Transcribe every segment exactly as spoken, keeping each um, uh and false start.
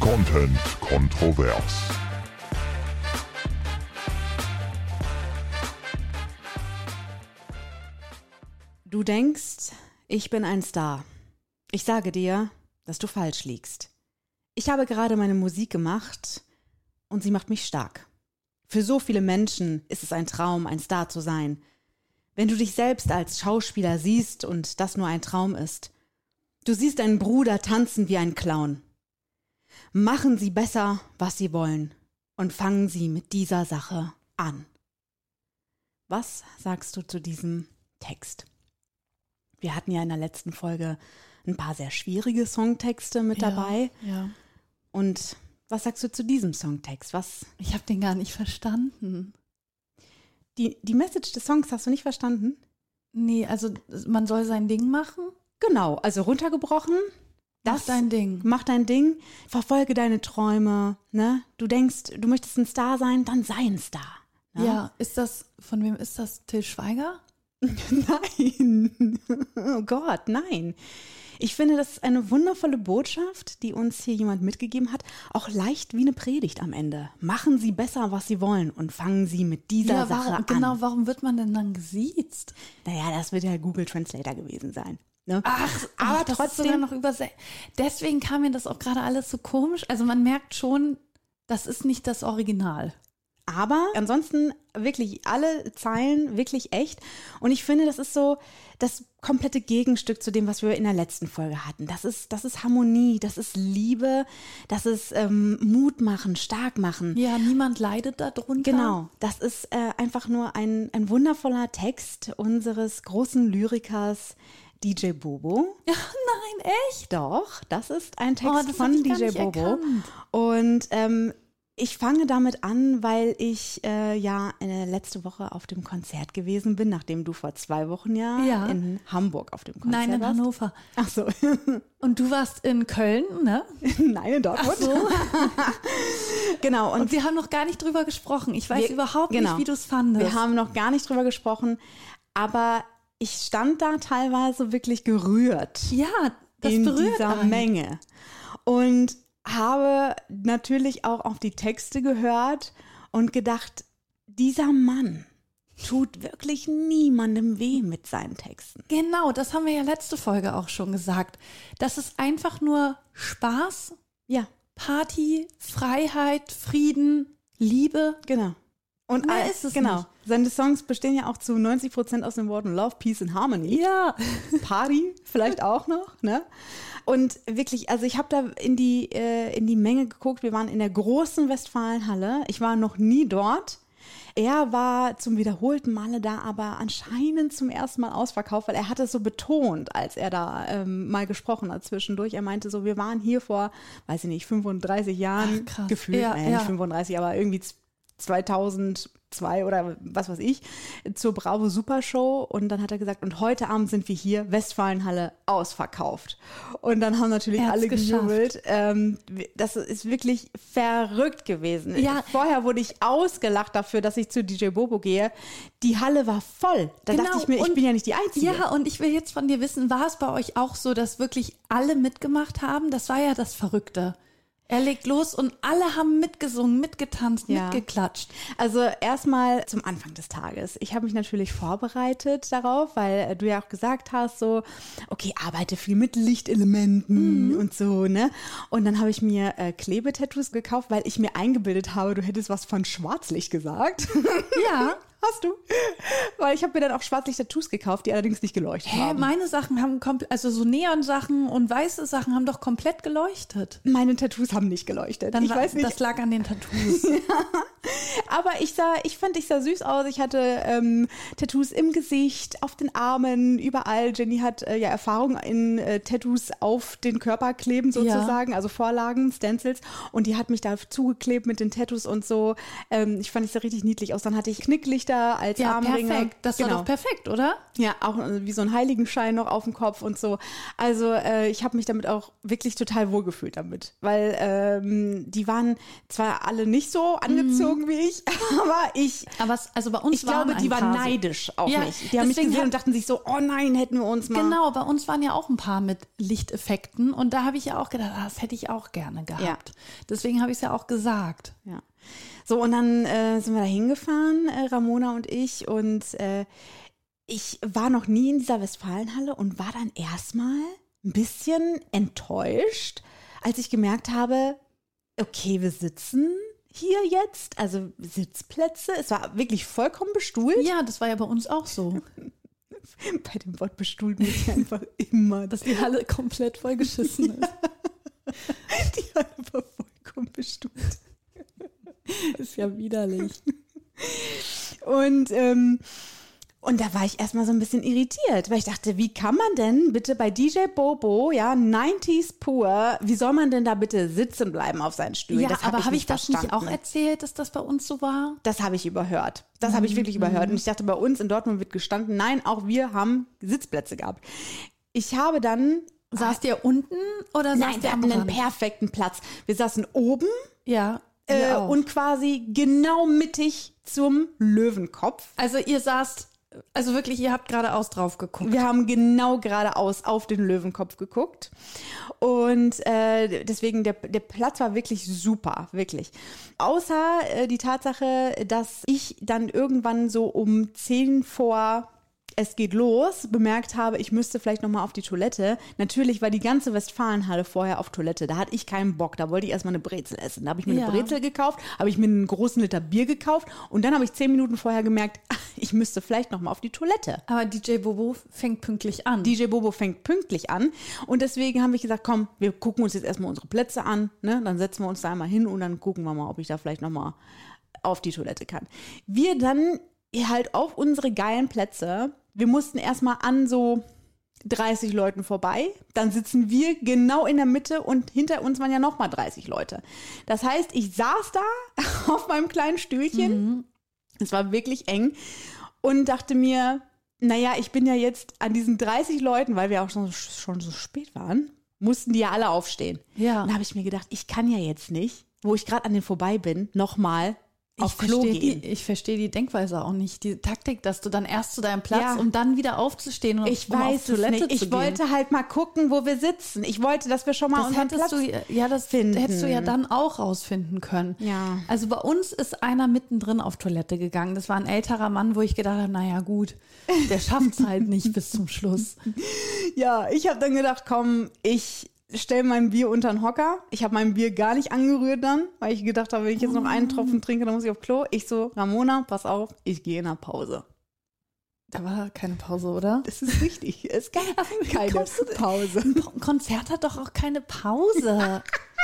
Content kontrovers. Du denkst, ich bin ein Star. Ich sage dir, dass du falsch liegst. Ich habe gerade meine Musik gemacht und sie macht mich stark. Für so viele Menschen ist es ein Traum, ein Star zu sein. Wenn du dich selbst als Schauspieler siehst und das nur ein Traum ist. Du siehst deinen Bruder tanzen wie ein Clown. Machen sie besser, was sie wollen und fangen sie mit dieser Sache an. Was sagst du zu diesem Text? Wir hatten ja in der letzten Folge ein paar sehr schwierige Songtexte mit Ja, dabei. ja. Und was sagst du zu diesem Songtext? Was? Ich habe den gar nicht verstanden. Die, die Message des Songs hast du nicht verstanden? Nee, also man soll sein Ding machen. Genau, also runtergebrochen. Das ist dein Ding. Mach dein Ding, verfolge deine Träume. Ne? Du denkst, du möchtest ein Star sein, dann sei ein Star. Ne? Ja, ist das, von wem ist das? Till Schweiger? Nein, oh Gott, nein. Ich finde, das ist eine wundervolle Botschaft, die uns hier jemand mitgegeben hat. Auch leicht wie eine Predigt am Ende. Machen Sie besser, was Sie wollen und fangen Sie mit dieser Ja, Sache warum, an. genau, warum wird man denn dann gesiezt? Naja, das wird ja Google Translator gewesen sein. Ne? Ach, aber ach, das ist sogar trotzdem noch übersetzt. Deswegen kam mir das auch gerade alles so komisch. Also man merkt schon, das ist nicht das Original. Aber ansonsten wirklich alle Zeilen wirklich echt. Und ich finde, das ist so das komplette Gegenstück zu dem, was wir in der letzten Folge hatten. Das ist, das ist Harmonie, das ist Liebe, das ist ähm, Mut machen, stark machen. Ja, niemand leidet darunter. Genau, das ist äh, einfach nur ein, ein wundervoller Text unseres großen Lyrikers D J Bobo. Ja, nein, echt? Doch, das ist ein Text Oh, das von hab ich gar D J nicht Bobo. erkannt. Und ähm, ich fange damit an, weil ich äh, ja äh, letzte Woche auf dem Konzert gewesen bin, nachdem du vor zwei Wochen ja, Ja. in Hamburg auf dem Konzert Nein, in warst. Hannover. Ach so. Und du warst in Köln, ne? Nein, in Dortmund. Ach so. Genau. Und, Und wir haben noch gar nicht drüber gesprochen. Ich weiß Wir- überhaupt genau. nicht, wie du es fandest. wir haben noch gar nicht drüber gesprochen, aber ich stand da teilweise wirklich gerührt. ja, das in berührt dieser einen. Menge. Und habe natürlich auch auf die Texte gehört und gedacht, dieser Mann tut wirklich niemandem weh mit seinen Texten. Genau, das haben wir ja letzte Folge auch schon gesagt. Das ist einfach nur Spaß, Ja, Party, Freiheit, Frieden, Liebe. genau. Und Mehr all- ist es genau. nicht. Seine Songs bestehen ja auch zu neunzig Prozent aus den Worten Love, Peace and Harmony. Ja. Party vielleicht auch noch, ne? Und wirklich, also ich habe da in die äh, in die Menge geguckt. Wir waren in der großen Westfalenhalle. Ich war noch nie dort. Er war zum wiederholten Male da, aber anscheinend zum ersten Mal ausverkauft, weil er hat es so betont, als er da ähm, mal gesprochen hat zwischendurch. Er meinte so, wir waren hier vor, weiß ich nicht, fünfunddreißig Jahren Ach, krass. gefühlt, Ja, naja, ja. nicht fünfunddreißig, aber irgendwie zweitausendzwei oder was weiß ich, zur Bravo Super Show. Und dann hat er gesagt, und heute Abend sind wir hier, Westfalenhalle ausverkauft. Und dann haben natürlich Er hat's alle geschafft. gejubelt. Ähm, das ist wirklich verrückt gewesen. Ja. Vorher wurde ich ausgelacht dafür, dass ich zu D J Bobo gehe. Die Halle war voll. Da Genau. dachte ich mir, ich Und- bin ja nicht die Einzige. Ja, und ich will jetzt von dir wissen, war es bei euch auch so, dass wirklich alle mitgemacht haben? Das war ja das Verrückte. Er legt los und alle haben mitgesungen, mitgetanzt, Ja. mitgeklatscht. Also erstmal zum Anfang des Tages. Ich habe mich natürlich vorbereitet darauf, weil äh, du ja auch gesagt hast, so, okay, arbeite viel mit Lichtelementen und so, ne? Und dann habe ich mir äh, Klebetattoos gekauft, weil ich mir eingebildet habe, du hättest was von Schwarzlicht gesagt. Ja. Hast du? Weil ich habe mir dann auch Schwarzlicht-Tattoos gekauft, die allerdings nicht geleuchtet Hä, haben. meine Sachen haben komplett, also so Neon-Sachen und weiße Sachen haben doch komplett geleuchtet. Meine Tattoos haben nicht geleuchtet. Dann ich war- weiß nicht. Das lag an den Tattoos. Aber ich sah, ich fand, ich sah süß aus. Ich hatte ähm, Tattoos im Gesicht, auf den Armen, überall. Jenny hat äh, ja Erfahrung in äh, Tattoos auf den Körper kleben sozusagen, also Vorlagen, Stencils. Und die hat mich da zugeklebt mit den Tattoos und so. Ähm, ich fand, ich sah richtig niedlich aus. Dann hatte ich Knicklichter Lichter als Ja, Armringe. perfekt. Das war Genau. doch perfekt, oder? Ja, auch äh, wie so ein Heiligenschein noch auf dem Kopf und so. Also äh, ich habe mich damit auch wirklich total wohlgefühlt damit, weil ähm, die waren zwar alle nicht so angezogen wie ich, aber ich, Aber es, also bei uns ich glaube, waren die ein waren paar so. neidisch auf Ja, mich. Die haben mich deswegen gesehen hab- und dachten sich so, oh nein, hätten wir uns mal. Genau, bei uns waren ja auch ein paar mit Lichteffekten und da habe ich ja auch gedacht, ah, das hätte ich auch gerne gehabt. Ja. Deswegen habe ich es ja auch gesagt. Ja. So, und dann äh, sind wir da hingefahren, äh, Ramona und ich, und äh, ich war noch nie in dieser Westfalenhalle und war dann erstmal ein bisschen enttäuscht, als ich gemerkt habe, okay, wir sitzen hier jetzt, also Sitzplätze, es war wirklich vollkommen bestuhlt. Ja, das war ja bei uns auch so, Bei dem Wort bestuhlt muss ich einfach immer, dass die Halle komplett vollgeschissen ist. die Halle war vollkommen bestuhlt. Ist ja widerlich. Und, ähm, und da war ich erstmal so ein bisschen irritiert, weil ich dachte, wie kann man denn bitte bei D J Bobo, ja, neunziger pur, wie soll man denn da bitte sitzen bleiben auf seinen Stühlen? Ja, Das hab aber habe ich, nicht das nicht verstanden. auch erzählt, dass das bei uns so war? Das habe ich überhört. Das habe ich wirklich überhört. Und ich dachte, bei uns in Dortmund wird gestanden, nein, auch wir haben Sitzplätze gehabt. Ich habe dann, Saßt ihr unten oder nein, saßt wir ihr am hatten einen Rand? perfekten Platz. Wir saßen oben Ja, äh, wir auch. und quasi genau mittig zum Löwenkopf. Also ihr saßt, also wirklich, ihr habt geradeaus drauf geguckt. Wir haben genau geradeaus auf den Löwenkopf geguckt. Und äh, deswegen, der, der Platz war wirklich super, wirklich. Außer äh, die Tatsache, dass ich dann irgendwann so um zehn vor es geht los, bemerkt habe, ich müsste vielleicht nochmal auf die Toilette. Natürlich war die ganze Westfalenhalle vorher auf Toilette. Da hatte ich keinen Bock. Da wollte ich erstmal eine Brezel essen. Da habe ich mir Ja. eine Brezel gekauft, habe ich mir einen großen Liter Bier gekauft und dann habe ich zehn Minuten vorher gemerkt, ich müsste vielleicht nochmal auf die Toilette. Aber D J Bobo fängt pünktlich an. D J Bobo fängt pünktlich an und deswegen haben wir gesagt, komm, wir gucken uns jetzt erstmal unsere Plätze an, ne? Dann setzen wir uns da einmal hin und dann gucken wir mal, ob ich da vielleicht nochmal auf die Toilette kann. Wir dann halt auf unsere geilen Plätze, wir mussten erstmal an so dreißig Leuten vorbei, dann sitzen wir genau in der Mitte und hinter uns waren ja nochmal dreißig Leute. Das heißt, ich saß da auf meinem kleinen Stühlchen, es war wirklich eng und dachte mir, naja, ich bin ja jetzt an diesen dreißig Leuten, weil wir auch schon, schon so spät waren, mussten die ja alle aufstehen. Ja. Und da habe ich mir gedacht, ich kann ja jetzt nicht, wo ich gerade an den vorbei bin, nochmal auf ich Klo verstehe gehen. die, ich verstehe die Denkweise auch nicht. Die Taktik, dass du dann erst zu deinem Platz, Ja. um dann wieder aufzustehen und Ich um auf weiß es Toilette nicht. zu Ich gehen. wollte halt mal gucken, wo wir sitzen. Ich wollte, dass wir schon mal Das unseren hättest Platz du, ja, das finden. hättest du ja dann auch rausfinden können. Ja. Also bei uns ist einer mittendrin auf Toilette gegangen. Das war ein älterer Mann, wo ich gedacht habe, naja gut, der schafft es halt nicht bis zum Schluss. Ja, ich habe dann gedacht, komm, ich stelle mein Bier unter den Hocker. Ich habe mein Bier gar nicht angerührt dann, weil ich gedacht habe, wenn ich jetzt noch einen Tropfen trinke, dann muss ich auf Klo. Ich so, Ramona, pass auf, ich gehe in der Pause. Da war keine Pause, oder? Das ist richtig. Es gab wie keine kommst du denn- Pause. Ein Konzert hat doch auch keine Pause.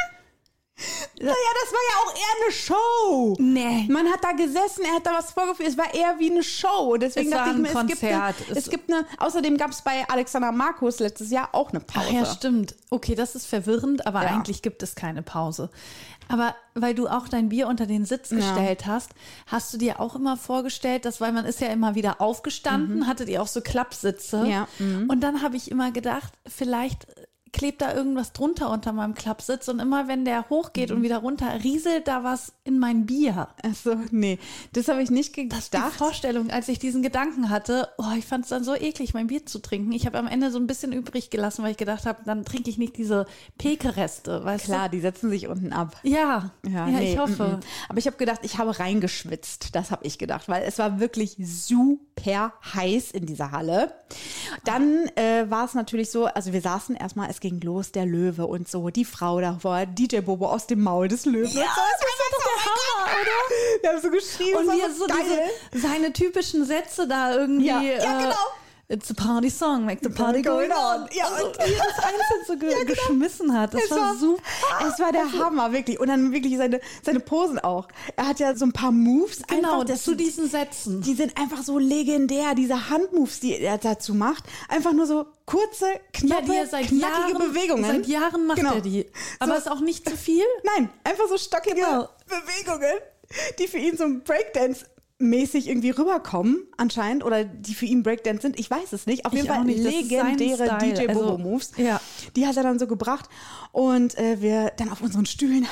Naja, das war ja auch eher eine Show. Nee. Man hat da gesessen, er hat da was vorgeführt. Es war eher wie eine Show. Deswegen Es war dachte ich ein mir, es gibt, eine, Konzert. Es- es gibt eine. Außerdem gab es bei Alexander Markus letztes Jahr auch eine Pause. Ach ja, stimmt. Okay, das ist verwirrend, aber Ja. eigentlich gibt es keine Pause. Aber weil du auch dein Bier unter den Sitz Ja. gestellt hast, hast du dir auch immer vorgestellt, dass, weil man ist ja immer wieder aufgestanden, hattet ihr auch so Klappsitze. Mhm. Ja, mhm. Und dann habe ich immer gedacht, vielleicht klebt da irgendwas drunter unter meinem Klappsitz und immer wenn der hochgeht Mhm. und wieder runter, rieselt da was in mein Bier. Achso, nee, das habe ich nicht gedacht. Die Vorstellung, als ich diesen Gedanken hatte, oh, ich fand es dann so eklig, mein Bier zu trinken. Ich habe am Ende so ein bisschen übrig gelassen, weil ich gedacht habe, dann trinke ich nicht diese Pekereste, weißt Klar, die setzen sich unten ab. du? Ja, ja, nee, ich hoffe. mm, mm. Aber ich habe gedacht, ich habe reingeschwitzt. Das habe ich gedacht, weil es war wirklich super heiß in dieser Halle. Dann äh, war es natürlich so, also wir saßen erstmal, es ging los, der Löwe und so, die Frau davor, D J Bobo aus dem Maul des Löwen. Ja, das ist doch der Hammer, oder? Wir haben so geschrien, Und das wie war er so geil. diese, seine typischen Sätze da irgendwie. Ja, ja, genau. Äh, It's a party song, make the party going on. Ja, Also, und- wie er das einzeln so ge geschmissen hat. Das Es war, war- super. Es war der Hammer, wirklich. Und dann wirklich seine, seine Posen auch. Er hat ja so ein paar Moves. Genau, einfach, das zu sind- diesen Sätzen. Die sind einfach so legendär, diese Handmoves, die er dazu macht. Einfach nur so kurze, Ja, knappe, die er seit knackige Jahren, Bewegungen. Seit Jahren macht Genau. er die. Aber So- ist auch nicht zu viel. Nein, einfach so stockige Genau. Bewegungen, die für ihn so ein Breakdance mäßig irgendwie rüberkommen anscheinend oder die für ihn Breakdance sind. Ich weiß es nicht. Auf jeden Ich auch Fall nicht. Das ist sein legendäre Style. D J Also, Bobo Moves. ja. Die hat er dann so gebracht und äh, wir dann auf unseren Stühlen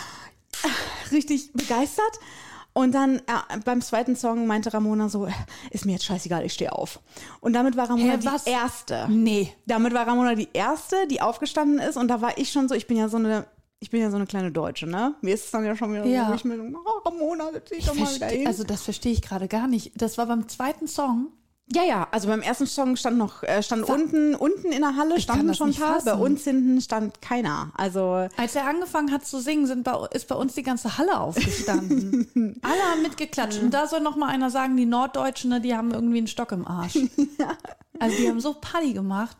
richtig begeistert. Und dann äh, beim zweiten Song meinte Ramona so, ist mir jetzt scheißegal, ich stehe auf. Und damit war Ramona Hä, die was? Erste. Nee. Damit war Ramona die Erste, die aufgestanden ist. Und da war ich schon so, ich bin ja so eine, ich bin ja so eine kleine Deutsche, ne? Mir ist es dann ja schon wieder Ja. so, ich mir so, oh, Ramona, setz dich doch mal wieder hin. Also das verstehe ich gerade gar nicht. Das war beim zweiten Song. Ja, ja, also beim ersten Song stand noch, äh, stand Wa- unten, unten in der Halle Ich kann standen das schon ein nicht paar, fassen. bei uns hinten stand keiner. Also Als er angefangen hat zu singen, sind bei, ist bei uns die ganze Halle aufgestanden. Alle haben mitgeklatscht. Und da soll noch mal einer sagen, die Norddeutschen, ne, die haben irgendwie einen Stock im Arsch. Also die haben so Party gemacht.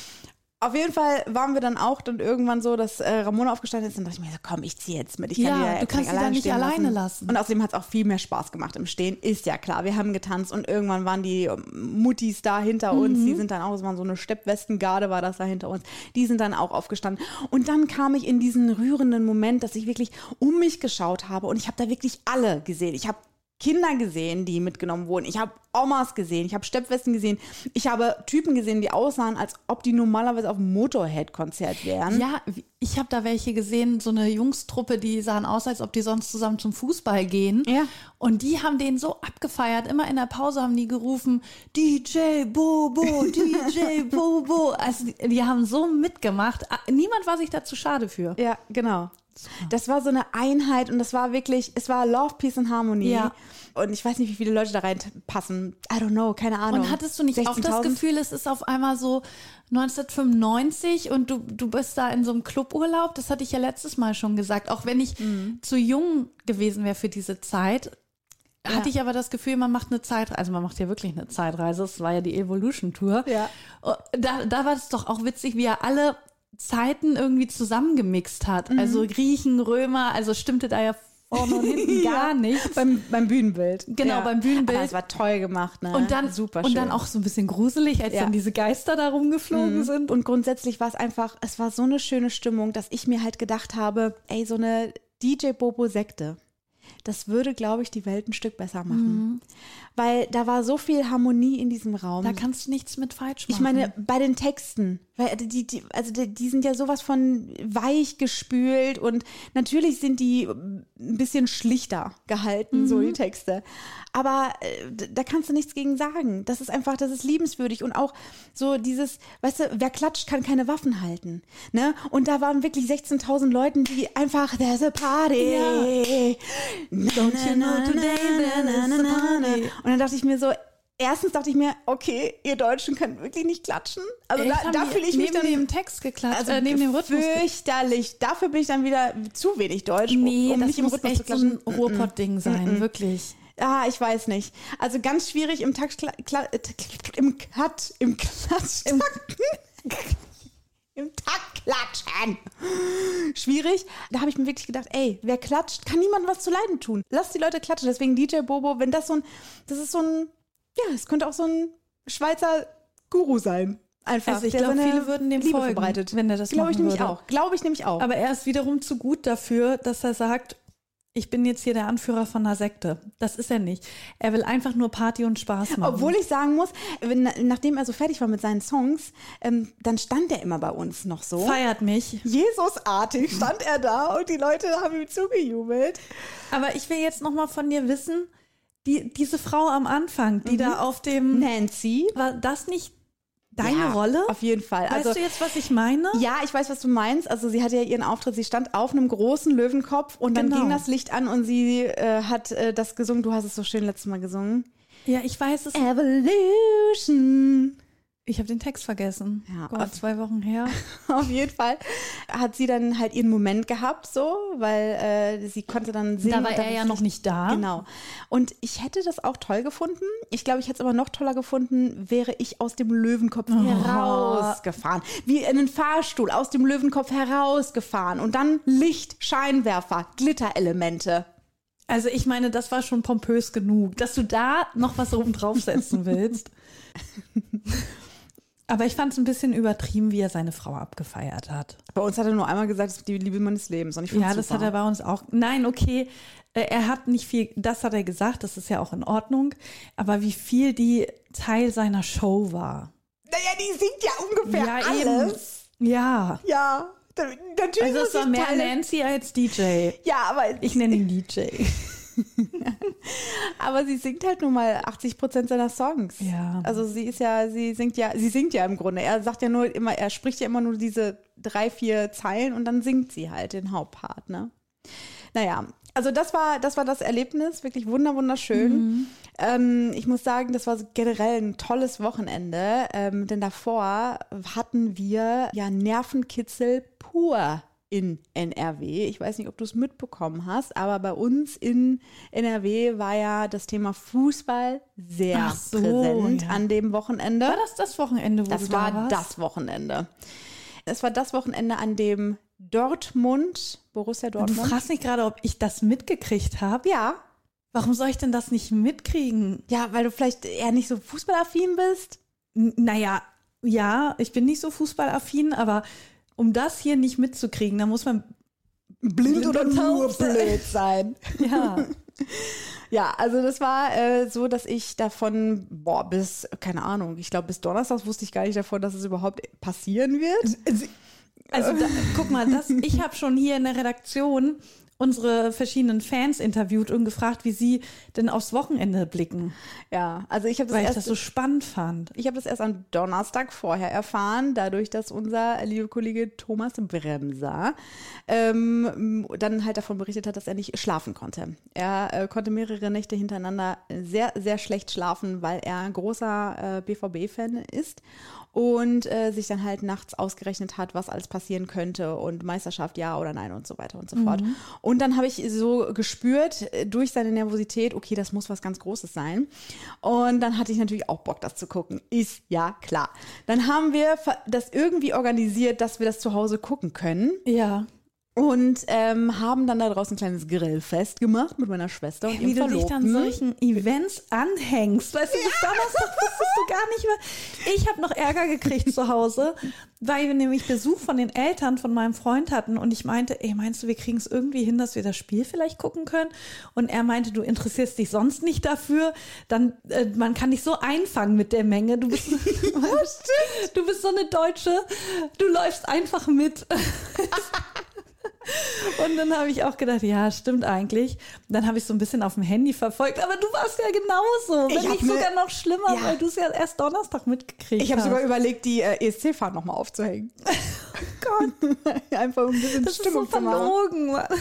auf jeden Fall waren wir dann auch dann irgendwann so, dass äh, Ramona aufgestanden ist und dachte ich mir so, komm, ich ziehe jetzt mit. Ich kann Ja, die ja du kannst sie allein da nicht stehen alleine lassen. Und außerdem hat es auch viel mehr Spaß gemacht im Stehen, ist ja klar. Wir haben getanzt und irgendwann waren die ähm, Muttis da hinter Mhm. uns, die sind dann auch, es waren so eine Steppwestengarde, war das da hinter uns, die sind dann auch aufgestanden. Und dann kam ich in diesen rührenden Moment, dass ich wirklich um mich geschaut habe und ich habe da wirklich alle gesehen. Ich habe Kinder gesehen, die mitgenommen wurden. Ich habe Omas gesehen, ich habe Steppwesten gesehen. Ich habe Typen gesehen, die aussahen, als ob die normalerweise auf einem Motorhead-Konzert wären. Ja, ich habe da welche gesehen, so eine Jungstruppe, die sahen aus, als ob die sonst zusammen zum Fußball gehen. Ja. Und die haben den so abgefeiert. Immer in der Pause haben die gerufen, D J Bobo, D J Bobo. Also die, die haben so mitgemacht. Niemand war sich dazu schade für. Ja, genau. Das war so eine Einheit und das war wirklich, es war Love, Peace and Harmony. Ja. Und ich weiß nicht, wie viele Leute da reinpassen. I don't know, keine Ahnung. Und hattest du nicht auch das sechzehntausend? Gefühl, es ist auf einmal so neunzehnhundertfünfundneunzig und du, du bist da in so einem Cluburlaub? Das hatte ich ja letztes Mal schon gesagt. Auch wenn ich Mhm. zu jung gewesen wäre für diese Zeit, Ja. hatte ich aber das Gefühl, man macht eine Zeitreise. Also man macht ja wirklich eine Zeitreise. Das war ja die Evolution Tour. Ja. Da, da war es doch auch witzig, wie er alle Zeiten irgendwie zusammengemixt hat. Mhm. Also Griechen, Römer, also stimmte da ja vorne und hinten gar Ja, nichts. Beim, beim Bühnenbild. Genau, beim Bühnenbild. Aber es war toll gemacht, ne? Und dann, super und schön. dann auch so ein bisschen gruselig, als Ja. dann diese Geister da rumgeflogen sind. Und grundsätzlich war es einfach, es war so eine schöne Stimmung, dass ich mir halt gedacht habe, ey, so eine D J Bobo-Sekte, das würde, glaube ich, die Welt ein Stück besser machen. Weil da war so viel Harmonie in diesem Raum. Da kannst du nichts mit falsch machen. Ich meine, bei den Texten, weil die, die, also die, die sind ja sowas von weich gespült und natürlich sind die ein bisschen schlichter gehalten, so die Texte. Aber äh, da kannst du nichts gegen sagen. Das ist einfach, das ist liebenswürdig und auch so dieses, weißt du, wer klatscht, kann keine Waffen halten. Ne? Und da waren wirklich sechzehntausend Leute, die einfach, there's a party. Ja. Don't you know today there's a party. Und dann dachte ich mir so, erstens dachte ich mir, okay, ihr Deutschen könnt wirklich nicht klatschen. Also Echt, da, haben da die fühle ich mich neben dann dem Text geklatscht, also äh, neben dem Rhythmus. ge- fürchterlich. Dafür bin ich dann wieder zu wenig deutsch, Nee, um das nicht im muss Rhythmus echt zu so ein klatschen. Ruhrpott-Ding sein, wirklich. Ah, ich weiß nicht. Also ganz schwierig im Takt, kla- kla- äh, im Cut, im Klatsch, im, im Takt klatschen. Schwierig. Da habe ich mir wirklich gedacht, ey, wer klatscht, kann niemand was zu leiden tun. Lass die Leute klatschen. Deswegen D J Bobo, wenn das so ein, das ist so ein, ja, es könnte auch so ein Schweizer Guru sein. Einfach. Also ich der glaube, seine viele würden dem Liebe folgen, verbreitet. wenn er das Glaube ich machen nämlich würde. auch. Glaube ich nämlich auch. Aber er ist wiederum zu gut dafür, dass er sagt, ich bin jetzt hier der Anführer von einer Sekte. Das ist er nicht. Er will einfach nur Party und Spaß machen. Obwohl ich sagen muss, wenn, nachdem er so fertig war mit seinen Songs, ähm, dann stand er immer bei uns noch so. Feiert mich. Jesusartig stand er da und die Leute haben ihm zugejubelt. Aber ich will jetzt noch mal von dir wissen, die, diese Frau am Anfang, die da auf dem... Nancy. War das nicht deine Ja, Rolle? Auf jeden Fall. Weißt also, du jetzt, was ich meine? ja, ich weiß, was du meinst. Also sie hatte ja ihren Auftritt, sie stand auf einem großen Löwenkopf und dann Genau. ging das Licht an und sie äh, hat äh, das gesungen. Du hast es so schön letztes Mal gesungen. Ja, ich weiß es. Evolution. Ich habe den Text vergessen. Ja, Gott, auf- zwei Wochen her. Auf jeden Fall hat sie dann halt ihren Moment gehabt, so, weil äh, sie konnte dann singen. Da war und er ja das noch nicht da. Genau. Und ich hätte das auch toll gefunden. Ich glaube, ich hätte es aber noch toller gefunden, wäre ich aus dem Löwenkopf herausgefahren. Wie in einen Fahrstuhl aus dem Löwenkopf herausgefahren. Und dann Licht, Scheinwerfer, Glitterelemente. Also ich meine, das war schon pompös genug, dass du da noch was oben draufsetzen willst. Aber ich fand es ein bisschen übertrieben, wie er seine Frau abgefeiert hat. Bei uns hat er nur einmal gesagt, das ist die Liebe meines Lebens. Und ich Ja, das super. hat er bei uns auch. Nein, okay, er hat nicht viel, das hat er gesagt, das ist ja auch in Ordnung. Aber wie viel die Teil seiner Show war. Naja, die singt ja ungefähr Ja, alles. eben. Ja. Ja, da- natürlich Also muss es war ich mehr Teile- Nancy als D J. Ja, aber Ich nenne ihn D J. Aber sie singt halt nun mal achtzig Prozent seiner Songs. Ja. Also sie ist ja, sie singt ja, sie singt ja im Grunde. Er sagt ja nur immer, er spricht ja immer nur diese drei, vier Zeilen und dann singt sie halt den Hauptpart, ne? Naja, also das war, das war das Erlebnis, wirklich wunder, wunderschön. Mhm. Ähm, ich muss sagen, das war generell ein tolles Wochenende, ähm, denn davor hatten wir ja Nervenkitzel pur in N R W. Ich weiß nicht, ob du es mitbekommen hast, aber bei uns in N R W war ja das Thema Fußball sehr Ach so, präsent ja. an dem Wochenende. War das das Wochenende, wo Das du war da warst? das Wochenende. Es war das Wochenende, an dem Dortmund, Borussia Du Dortmund. fragst mich gerade, ob ich das mitgekriegt habe. Ja, Warum soll ich denn das nicht mitkriegen? ja, weil du vielleicht eher nicht so fußballaffin bist. N- Naja, ja, ich bin nicht so fußballaffin, aber um das hier nicht mitzukriegen, da muss man Blind oder und nur taub sein. blöd sein. Ja. Ja, also das war äh, so, dass ich davon, boah, bis, keine Ahnung, ich glaube bis Donnerstag wusste ich gar nicht davon, dass es überhaupt passieren wird. Also da, guck mal, das, ich habe schon hier in der Redaktion unsere verschiedenen Fans interviewt und gefragt, wie sie denn aufs Wochenende blicken, Ja, also ich habe das weil ich erst das so spannend fand. Ich habe das erst am Donnerstag vorher erfahren, dadurch, dass unser lieber Kollege Thomas Bremser ähm, dann halt davon berichtet hat, dass er nicht schlafen konnte. Er äh, konnte mehrere Nächte hintereinander sehr, sehr schlecht schlafen, weil er ein großer äh, B V B-Fan ist und äh, sich dann halt nachts ausgerechnet hat, was alles passieren könnte und Meisterschaft ja oder nein und so weiter und so fort. Und dann habe ich so gespürt äh, durch seine Nervosität, okay, das muss was ganz Großes sein. Und dann hatte ich natürlich auch Bock, das zu gucken. Ist ja klar. Dann haben wir das irgendwie organisiert, dass wir das zu Hause gucken können. Ja. Und ähm, haben dann da draußen ein kleines Grillfest gemacht mit meiner Schwester und Wie ihrem du dich Verlobten. dann solchen Events anhängst. Weißt du, bis Donnerstag wusstest du gar nicht mehr. Ich habe noch Ärger gekriegt zu Hause, weil wir nämlich Besuch von den Eltern von meinem Freund hatten und ich meinte, ey, meinst du, wir kriegen es irgendwie hin, dass wir das Spiel vielleicht gucken können? Und er meinte, du interessierst dich sonst nicht dafür, dann äh, man kann dich so einfangen mit der Menge. Du bist, du bist so eine Deutsche, du läufst einfach mit. Und dann habe ich auch gedacht, ja, stimmt eigentlich. Dann habe ich so ein bisschen auf dem Handy verfolgt, aber du warst ja genauso, Ich wenn hab nicht mir- sogar noch schlimmer, Ja. weil du es ja erst Donnerstag mitgekriegt Ich habe hast. sogar überlegt, die äh, E S C-Fahrt nochmal aufzuhängen. Gott, Einfach um ein bisschen das ist so Stimmung zu machen. verlogen, Mann.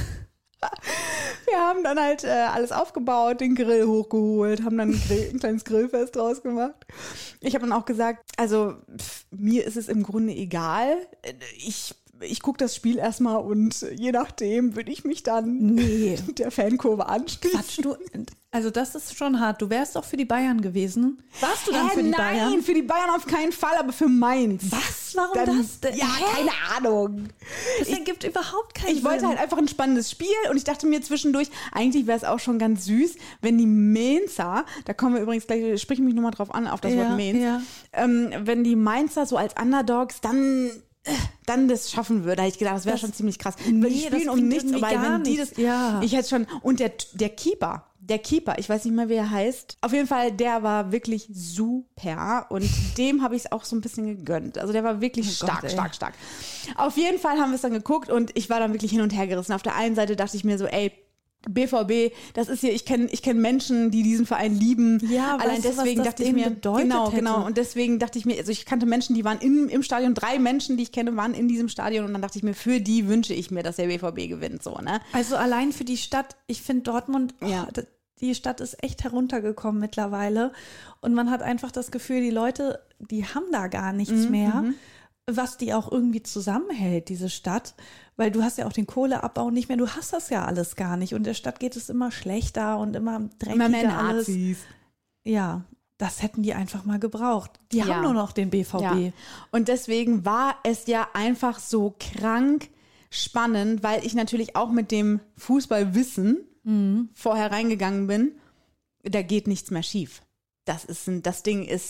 Wir haben dann halt äh, alles aufgebaut, den Grill hochgeholt, haben dann ein, Grill, ein kleines Grillfest draus gemacht. Ich habe dann auch gesagt, also pff, mir ist es im Grunde egal. Ich, ich gucke das Spiel erstmal und je nachdem würde ich mich dann Nee. der Fankurve anschließen. Quatsch, du, also das ist schon hart. Du wärst doch für die Bayern gewesen. Warst du dann Hä, für die nein, Bayern? für die Bayern auf keinen Fall, aber für Mainz. Was? Warum Dann, das denn? Ja, Hä? keine Ahnung. Das ergibt überhaupt keinen Ich wollte Sinn. halt einfach ein spannendes Spiel und ich dachte mir zwischendurch, eigentlich wäre es auch schon ganz süß, wenn die Mainzer, da kommen wir übrigens gleich, sprich mich nochmal drauf an, auf das Ja, Wort Mainz, ja. ähm, wenn die Mainzer so als Underdogs dann, äh, dann das schaffen würde, da hätte ich gedacht, das wäre Das- schon ziemlich krass. Nee, Weil die das spielen um bringt nichts, irgendwie aber gar wenn die nichts. das, Ja. ich hätte schon, und der, der Keeper, der Keeper, ich weiß nicht mehr, wie er heißt. Auf jeden Fall, der war wirklich super und dem habe ich es auch so ein bisschen gegönnt. Also der war wirklich Oh stark, Gott, ey. stark, stark. Auf jeden Fall haben wir es dann geguckt und ich war dann wirklich hin und her gerissen. Auf der einen Seite dachte ich mir so, ey, B V B, das ist hier, ich kenne ich kenn Menschen, die diesen Verein lieben. Ja, Allein weißt du, was deswegen das dachte ich denen mir, bedeutet genau, hätte? genau. Und deswegen dachte ich mir, also ich kannte Menschen, die waren im, im Stadion, drei Menschen, die ich kenne, waren in diesem Stadion und dann dachte ich mir, für die wünsche ich mir, dass der B V B gewinnt, so, ne? Also allein für die Stadt, ich finde Dortmund, oh, Ja. d- die Stadt ist echt heruntergekommen mittlerweile. Und man hat einfach das Gefühl, die Leute, die haben da gar nichts Mhm, mehr, was die auch irgendwie zusammenhält, diese Stadt. Weil du hast ja auch den Kohleabbau nicht mehr, du hast das ja alles gar nicht. Und der Stadt geht es immer schlechter und immer dreckiger Immer mehr alles. Nazis. Ja, das hätten die einfach mal gebraucht. Die Ja. haben nur noch den B V B. Ja. Und deswegen war es ja einfach so krank spannend, weil ich natürlich auch mit dem Fußballwissen vorher reingegangen bin. Da geht nichts mehr schief. Das ist ein, das Ding ist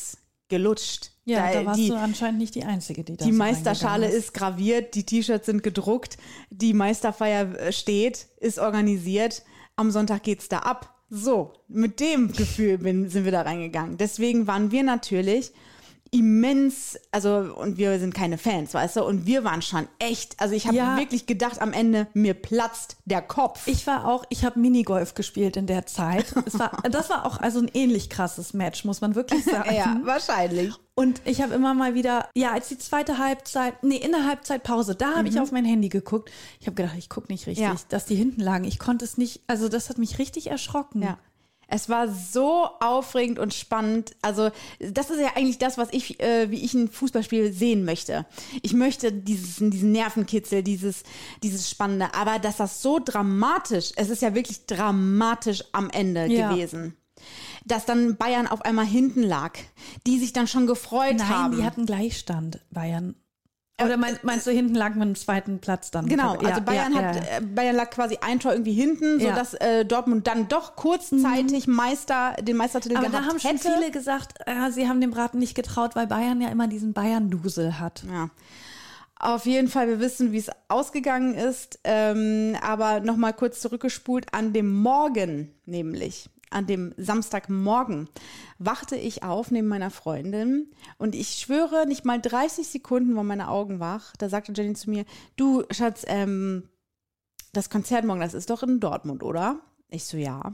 gelutscht. Ja, da, da warst die, du anscheinend nicht die Einzige, die da Die so Meisterschale reingegangen ist graviert, die T-Shirts sind gedruckt, die Meisterfeier steht, ist organisiert. Am Sonntag geht's da ab. So, mit dem Gefühl bin, sind wir da reingegangen. Deswegen waren wir natürlich immens, also und wir sind keine Fans, weißt du, und wir waren schon echt, also ich habe Ja. wirklich gedacht, am Ende, mir platzt der Kopf. Ich war auch, ich habe Minigolf gespielt in der Zeit. Es war, das war auch also ein ähnlich krasses Match, muss man wirklich sagen. Ja, wahrscheinlich. Und ich habe immer mal wieder, ja, als die zweite Halbzeit, nee, in der Halbzeitpause, da habe ich auf mein Handy geguckt. Ich habe gedacht, ich gucke nicht richtig, Ja. dass die hinten lagen. Ich konnte es nicht, also das hat mich richtig erschrocken. Ja. Es war so aufregend und spannend. Also das ist ja eigentlich das, was ich, äh, wie ich ein Fußballspiel sehen möchte. Ich möchte dieses, diesen Nervenkitzel, dieses, dieses Spannende. Aber dass das so dramatisch, es ist ja wirklich dramatisch am Ende Ja. gewesen. Dass dann Bayern auf einmal hinten lag, die sich dann schon gefreut Nein, haben. die hatten Gleichstand, Bayern. Oder meinst, meinst du, hinten lag man im zweiten Platz dann? Genau, Ja, also Bayern ja, hat ja. äh, Bayern lag quasi ein Tor irgendwie hinten, Ja. sodass äh, Dortmund dann doch kurzzeitig Meister, den Meistertitel Aber gehabt da haben schon hätte. viele gesagt, äh, sie haben dem Braten nicht getraut, weil Bayern ja immer diesen Bayern-Dusel hat. Ja. Auf jeden Fall, wir wissen, wie es ausgegangen ist. Ähm, aber nochmal kurz zurückgespult an dem Morgen, nämlich an dem Samstagmorgen, wachte ich auf neben meiner Freundin und ich schwöre, nicht mal dreißig Sekunden waren meine Augen wach. Da sagte Jenny zu mir, du Schatz, ähm, das Konzert morgen, das ist doch in Dortmund, oder? Ich so, ja.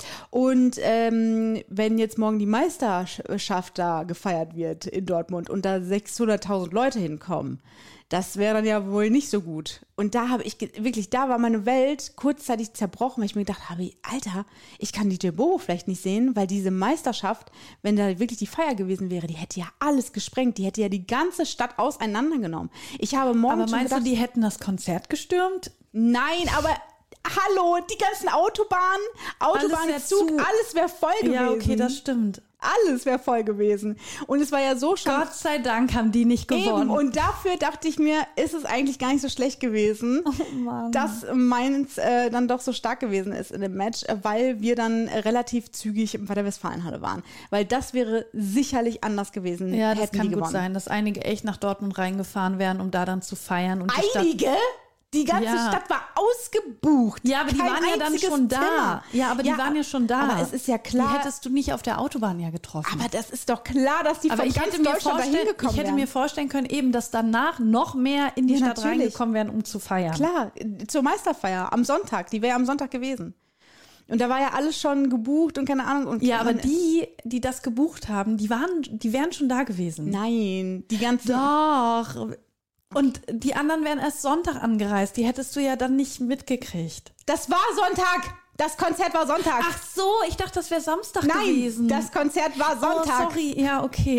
Und ähm, wenn jetzt morgen die Meisterschaft da gefeiert wird in Dortmund und da sechshunderttausend Leute hinkommen, das wäre dann ja wohl nicht so gut. Und da habe ich ge- wirklich, da war meine Welt kurzzeitig zerbrochen, weil ich mir gedacht habe, Alter, ich kann D J Bobo vielleicht nicht sehen, weil diese Meisterschaft, wenn da wirklich die Feier gewesen wäre, die hätte ja alles gesprengt, die hätte ja die ganze Stadt auseinandergenommen. Ich habe morgen Aber schon meinst gedacht, du, die hätten das Konzert gestürmt? nein, aber hallo, die ganzen Autobahnen, Autobahn, wär Zug, zu. alles wäre voll gewesen. Ja, okay, das stimmt. Alles wäre voll gewesen. Und es war ja so schon Gott sei Dank haben die nicht gewonnen. eben. Und dafür dachte ich mir, ist es eigentlich gar nicht so schlecht gewesen, Oh Mann. dass meins äh, dann doch so stark gewesen ist in dem Match, äh, weil wir dann äh, relativ zügig bei der Westfalenhalle waren. Weil das wäre sicherlich anders gewesen, Ja, das hätten die kann gut gewonnen. sein, dass einige echt nach Dortmund reingefahren wären, um da dann zu feiern. Und die Stadt Einige? Die ganze Ja. Stadt war ausgebucht. Ja, aber die Kein waren ja dann einziges schon da. Zimmer. Ja, aber die waren ja schon da. Aber es ist ja Die klar. hättest du nicht auf der Autobahn ja getroffen. Aber das ist doch klar, dass die Aber von ich ganz hätte, mir Deutschland dahin vorstellen, gekommen ich hätte wären. mir vorstellen können, eben, dass danach noch mehr in die Ja, Stadt natürlich. reingekommen wären, um zu feiern. Klar, zur Meisterfeier am Sonntag. Die wäre ja am Sonntag gewesen. Und da war ja alles schon gebucht und keine Ahnung. Und Ja, aber man- die, die das gebucht haben, die waren, die wären schon da gewesen. Nein, die ganzen. Doch. Und die anderen wären erst Sonntag angereist. Die hättest du ja dann nicht mitgekriegt. Das war Sonntag. Das Konzert war Sonntag. Ach so, ich dachte, das wäre Samstag Nein, gewesen. das Konzert war Sonntag. Oh, sorry, ja, okay.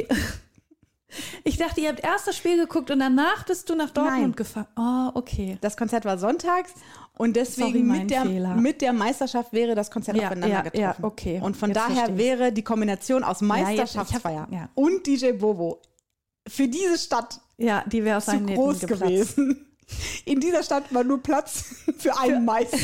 Ich dachte, ihr habt erst das Spiel geguckt und danach bist du nach Dortmund Nein. gefahren. Oh, okay. Das Konzert war sonntags und deswegen Sorry, mein mit, der, Fehler. mit der Meisterschaft wäre das Konzert Ja, aufeinander ja, getroffen. ja, okay. Und von Jetzt daher verstehe ich's. wäre die Kombination aus jetzt- ich hab- Meisterschaftsfeier ja. und D J Bobo für diese Stadt Ja, die wäre aus zu seinen Nähten groß geplatzt. gewesen. In dieser Stadt war nur Platz für einen Meister.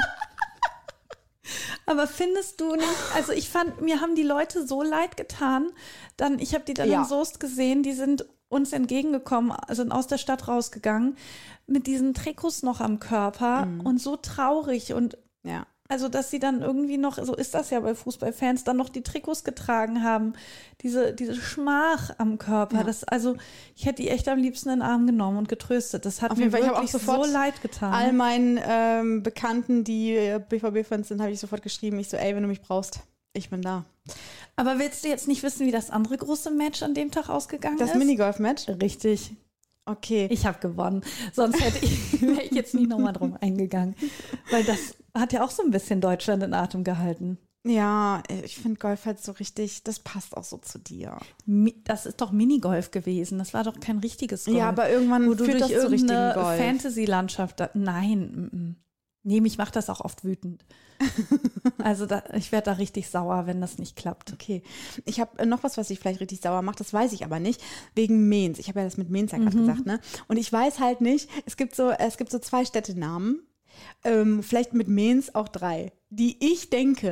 Aber findest du nicht, also ich fand, mir haben die Leute so leid getan, dann, ich habe die dann Ja. in Soest gesehen, die sind uns entgegengekommen, sind aus der Stadt rausgegangen, mit diesen Trikots noch am Körper Mhm. und so traurig und Ja. also, dass sie dann irgendwie noch, so ist das ja bei Fußballfans, dann noch die Trikots getragen haben, diese, diese Schmach am Körper, Ja. das, also ich hätte die echt am liebsten in den Arm genommen und getröstet, das hat Auf mir jeden Fall, ich habe auch wirklich sofort so leid getan. all meinen ähm, Bekannten, die äh, B V B-Fans sind, habe ich sofort geschrieben. Ich so, ey, wenn du mich brauchst, ich bin da. Aber willst du jetzt nicht wissen, wie das andere große Match an dem Tag ausgegangen Das ist? Minigolf-Match? Richtig. Okay. Ich habe gewonnen. Sonst hätte ich, wäre ich jetzt nicht nochmal drum eingegangen. Weil das hat ja auch so ein bisschen Deutschland in Atem gehalten. Ja, ich finde Golf halt so richtig, das passt auch so zu dir. Mi- Das ist doch Minigolf gewesen. Das war doch kein richtiges Golf. Ja, aber irgendwann wo du führt durch das zu richtigen irgendeine Golf. Fantasy-Landschaft. Da, nein, mm, mm. nee, mich macht das auch oft wütend. Also da, ich werde da richtig sauer, wenn das nicht klappt. Okay, ich habe noch was, was dich vielleicht richtig sauer macht, das weiß ich aber nicht, wegen Mainz. Ich habe ja das mit Mainz ja gerade gesagt, ne? Und ich weiß halt nicht, es gibt so, es gibt so zwei Städtenamen, ähm, vielleicht mit Mainz auch drei, die ich denke,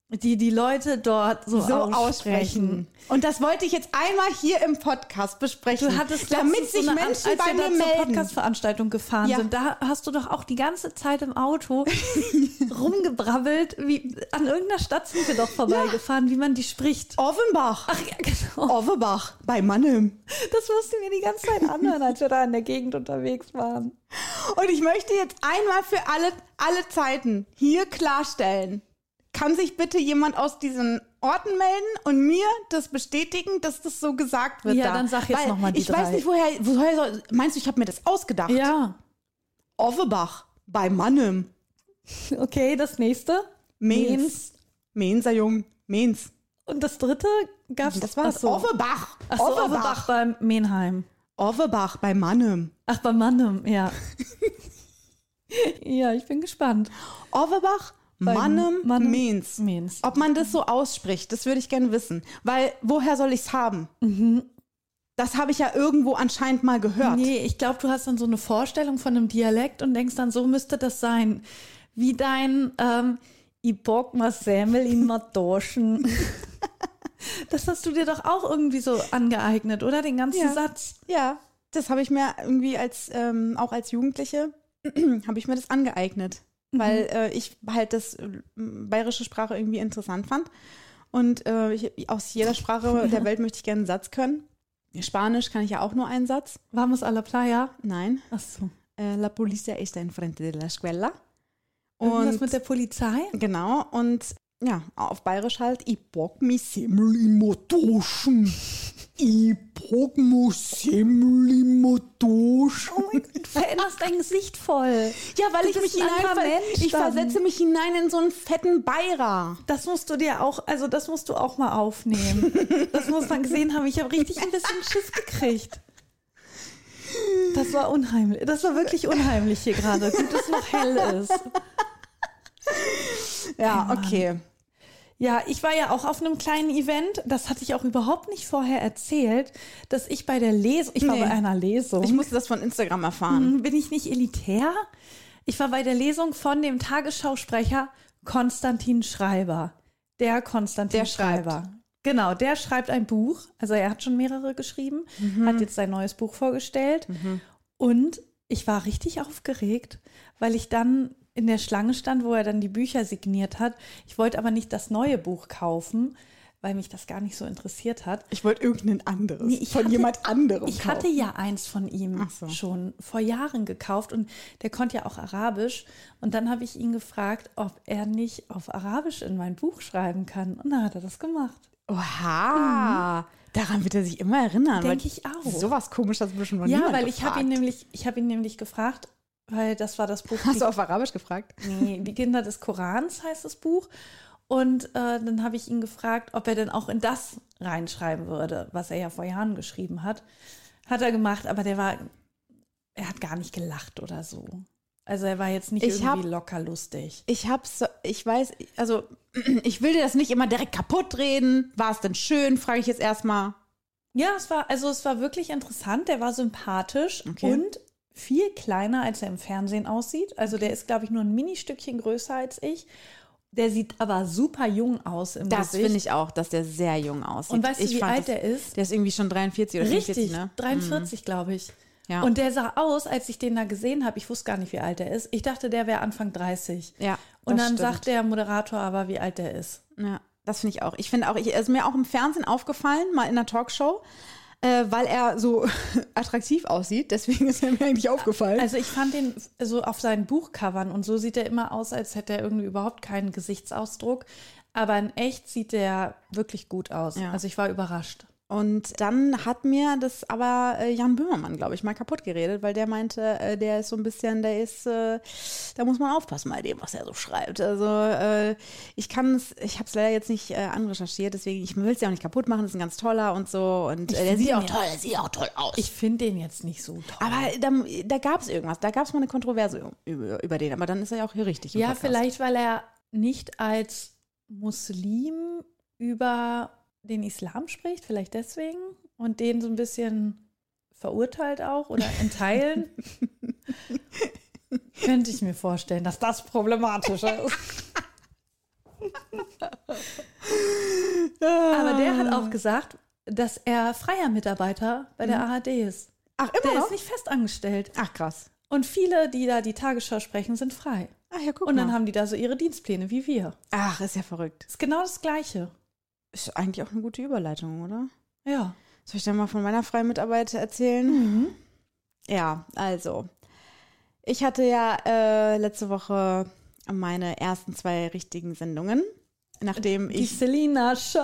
die die Leute dort so, so aussprechen. aussprechen. Und das wollte ich jetzt einmal hier im Podcast besprechen. Du hattest damit letztens sich so eine, Menschen als bei wir mir da zur melden. Podcast-Veranstaltung gefahren Ja. sind, da hast du doch auch die ganze Zeit im Auto rumgebrabbelt, wie an irgendeiner Stadt sind wir doch vorbeigefahren, wie man die spricht. Offenbach. Ach ja, genau. Offenbach bei Mannheim. Das mussten wir die ganze Zeit anhören, als wir da in der Gegend unterwegs waren. Und ich möchte jetzt einmal für alle, alle Zeiten hier klarstellen, kann sich bitte jemand aus diesen Orten melden und mir das bestätigen, dass das so gesagt wird Ja, da? dann sag jetzt Weil noch mal die Ich weiß drei. nicht, woher, woher soll, meinst du, ich habe mir das ausgedacht? Ja, Offenbach bei Mannheim. okay, das nächste. Mainz. Mainzer Jung. Mainz. Und das dritte gab's. Das war's. Ach so. Offenbach. Ach so, Offenbach beim Menheim. Offenbach bei Mannheim. Ach, bei Mannheim, ja. Ja, ich bin gespannt. Offenbach, Bei Mannheim, Mannheim, Mainz. Mainz. Ob man das so ausspricht, das würde ich gerne wissen. Weil, woher soll ich es haben? Das habe ich ja irgendwo anscheinend mal gehört. Nee, ich glaube, du hast dann so eine Vorstellung von einem Dialekt und denkst dann, so müsste das sein. Wie dein ähm, Ich bock ma Semmel in ma Taschen. Das hast du dir doch auch irgendwie so angeeignet, oder? Den ganzen Ja. Satz. Ja, das habe ich mir irgendwie als, ähm, auch als Jugendliche, habe ich mir das angeeignet. Weil äh, ich halt das äh, bayerische Sprache irgendwie interessant fand. Und äh, ich, aus jeder Sprache der Welt möchte ich gerne einen Satz können. Spanisch kann ich ja auch nur einen Satz. Vamos a la playa. Nein. Ach so. Äh, La policía está enfrente de la escuela. Irgendwas Und mit der Polizei? genau, und ja, auf Bayerisch halt, ich bock mi Semmel in ma Taschen. Ich bock mi Semmel in ma Taschen. Oh mein Gott, du veränderst dein Gesicht voll. Ja, weil Du ich mich bist ein hinein, anderer Mensch ich dann. versetze mich hinein in so einen fetten Bayer. Das musst du dir auch, also das musst du auch mal aufnehmen. Das muss man gesehen haben. Ich habe richtig ein bisschen Schiss gekriegt. Das war unheimlich. Das war wirklich unheimlich hier gerade. Gut, dass es noch hell ist. Ja, okay. Ja, ich war ja auch auf einem kleinen Event. Das hatte ich auch überhaupt nicht vorher erzählt, dass ich bei der Lesung, ich war Nee. bei einer Lesung. Ich musste das von Instagram erfahren. Hm, Bin ich nicht elitär? Ich war bei der Lesung von dem Tagesschausprecher Konstantin Schreiber. Der Konstantin Der schreibt. Schreiber. Genau, der schreibt ein Buch. Also er hat schon mehrere geschrieben, hat jetzt sein neues Buch vorgestellt. Und ich war richtig aufgeregt, weil ich dann in der Schlange stand, wo er dann die Bücher signiert hat. Ich wollte aber nicht das neue Buch kaufen, weil mich das gar nicht so interessiert hat. Ich wollte irgendein anderes. Nee, ich von hatte- jemand anderem. Ich kaufen. hatte ja eins von ihm Ach so. schon vor Jahren gekauft und der konnte ja auch Arabisch. Und dann habe ich ihn gefragt, ob er nicht auf Arabisch in mein Buch schreiben kann. Und dann hat er das gemacht. Oha. Daran wird er sich immer erinnern. Denk weil ich auch. Sowas komisch hast du bestimmt noch Ja, niemand weil ich habe ihn gefragt. nämlich, ich habe ihn nämlich gefragt, weil das war das Buch. Hast die, du auf Arabisch gefragt? nee, die Kinder des Korans heißt das Buch. Und äh, dann habe ich ihn gefragt, ob er denn auch in das reinschreiben würde, was er ja vor Jahren geschrieben hat. Hat er gemacht, aber der war, er hat gar nicht gelacht oder so. Also er war jetzt nicht Ich hab- irgendwie locker lustig. Ich hab's, so- ich weiß, also ich will dir das nicht immer direkt kaputt reden. War es denn schön, frage ich jetzt erstmal. Ja, es war, also es war wirklich interessant. Der war sympathisch Okay. und viel kleiner, als er im Fernsehen aussieht. Also der ist, glaube ich, nur ein Ministückchen größer als ich. Der sieht aber super jung aus im Das Gesicht. finde ich auch, dass der sehr jung aussieht. Und weißt du, ich wie fand alt das, der ist? Der ist irgendwie schon dreiundvierzig oder Richtig, vierundvierzig, ne? dreiundvierzig, glaube ich. Ja. Und der sah aus, als ich den da gesehen habe, ich wusste gar nicht, wie alt er ist. Ich dachte, der wäre Anfang dreißig. Ja, Und das dann stimmt. sagt der Moderator aber, wie alt der ist. Ja, das finde ich auch. Ich finde auch, ich, ist mir auch im Fernsehen aufgefallen, mal in einer Talkshow, äh, weil er so attraktiv aussieht. Deswegen ist er mir eigentlich aufgefallen. Also ich fand den so auf seinen Buchcovern und so sieht er immer aus, als hätte er irgendwie überhaupt keinen Gesichtsausdruck. Aber in echt sieht der wirklich gut aus. Ja. Also ich war überrascht. Und dann hat mir das aber äh, Jan Böhmermann, glaube ich, mal kaputt geredet, weil der meinte, äh, der ist so ein bisschen, der ist, äh, da muss man aufpassen bei dem, was er so schreibt. Also äh, ich kann es, ich habe es leider jetzt nicht äh, anrecherchiert, deswegen, ich will es ja auch nicht kaputt machen, das ist ein ganz toller und so. Und Ich äh, der find sieht ihn auch ja- toll, der sieht auch toll aus. Ich finde den jetzt nicht so toll. aber da, da gab es irgendwas, da gab es mal eine Kontroverse über, über den, aber dann ist er ja auch hier richtig im Ja, Podcast. vielleicht, weil er nicht als Muslim über den Islam spricht, vielleicht deswegen. Und den so ein bisschen verurteilt auch oder in Teilen. Könnte ich mir vorstellen, dass das problematisch ist. Aber der hat auch gesagt, dass er freier Mitarbeiter bei der A R D ist. Ach, immer Der noch? ist nicht fest angestellt. Ach, krass. Und viele, die da die Tagesschau sprechen, sind frei. Ach ja, guck Und dann mal. haben die da so ihre Dienstpläne, wie wir. Ach, ist ja verrückt. Ist genau das Gleiche. Ist eigentlich auch eine gute Überleitung, oder? Ja. Soll ich dann mal von meiner freien Mitarbeit erzählen? Mhm. Ja, also. Ich hatte ja äh, letzte Woche meine ersten zwei richtigen Sendungen. Nachdem Die ich, Selina Show.